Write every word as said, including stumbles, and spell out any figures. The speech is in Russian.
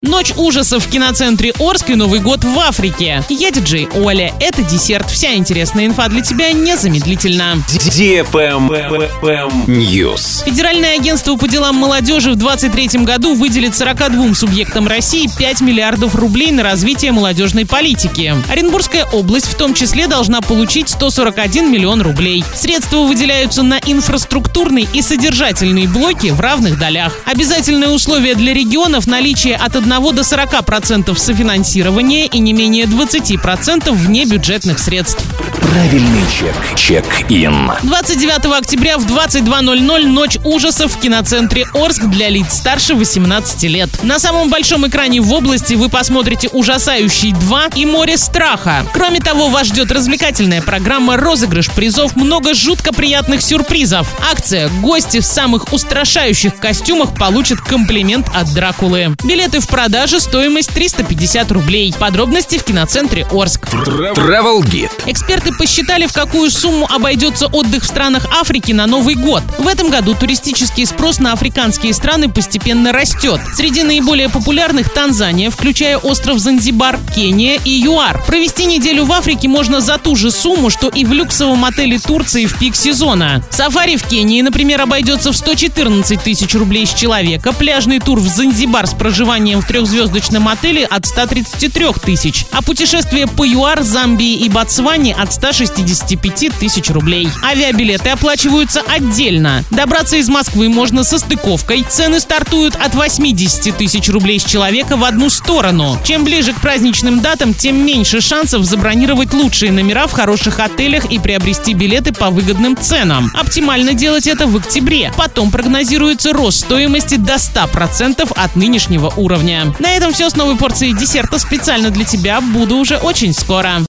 Ночь ужасов в киноцентре Орск и Новый год в Африке. Я диджей Оля. Это десерт. Вся интересная инфа для тебя незамедлительно. News. Федеральное агентство по делам молодежи в двадцать третьем году выделит сорока двум субъектам России пять миллиардов рублей на развитие молодежной политики. Оренбургская область в том числе должна получить сто сорок один миллион рублей. Средства выделяются на инфраструктурные и содержательные блоки в равных долях. Обязательное условие для регионов – наличие от одного до сорока процентов софинансирования и не менее двадцати процентов внебюджетных средств. Правильный чек. Чек-ин. двадцать девятого октября в двадцать два ноль ноль ночь ужасов в киноцентре Орск для лиц старше восемнадцати лет. На самом большом экране в области вы посмотрите «Ужасающий два» и «Море страха». Кроме того, вас ждет развлекательная программа, розыгрыш призов, много жутко приятных сюрпризов. Акция «Гости в самых устрашающих костюмах получат комплимент от Дракулы». Билеты в продаже, стоимость триста пятьдесят рублей. Подробности в киноцентре Орск. Travel Guide. Эксперты посчитали, в какую сумму обойдется отдых в странах Африки на Новый год. В этом году туристический спрос на африканские страны постепенно растет. Среди наиболее популярных Танзания, включая остров Занзибар, Кения и ЮАР. Провести неделю в Африке можно за ту же сумму, что и в люксовом отеле Турции в пик сезона. Сафари в Кении, например, обойдется в сто четырнадцать тысяч рублей с человека, пляжный тур в Занзибар с проживанием в трехзвездочном отеле от ста тридцати трёх тысяч, а путешествие по ЮАР, Замбии и Ботсване от ста шестидесяти пяти тысяч рублей. Авиабилеты оплачиваются отдельно. Добраться из Москвы можно со стыковкой. Цены стартуют от восьмидесяти тысяч рублей с человека в одну сторону. Чем ближе к праздничным датам, тем меньше шансов забронировать лучшие номера в хороших отелях и приобрести билеты по выгодным ценам. Оптимально делать это в октябре. Потом прогнозируется рост стоимости до ста процентов от нынешнего уровня. На этом все с новой порцией десерта специально для тебя. Буду уже очень скоро.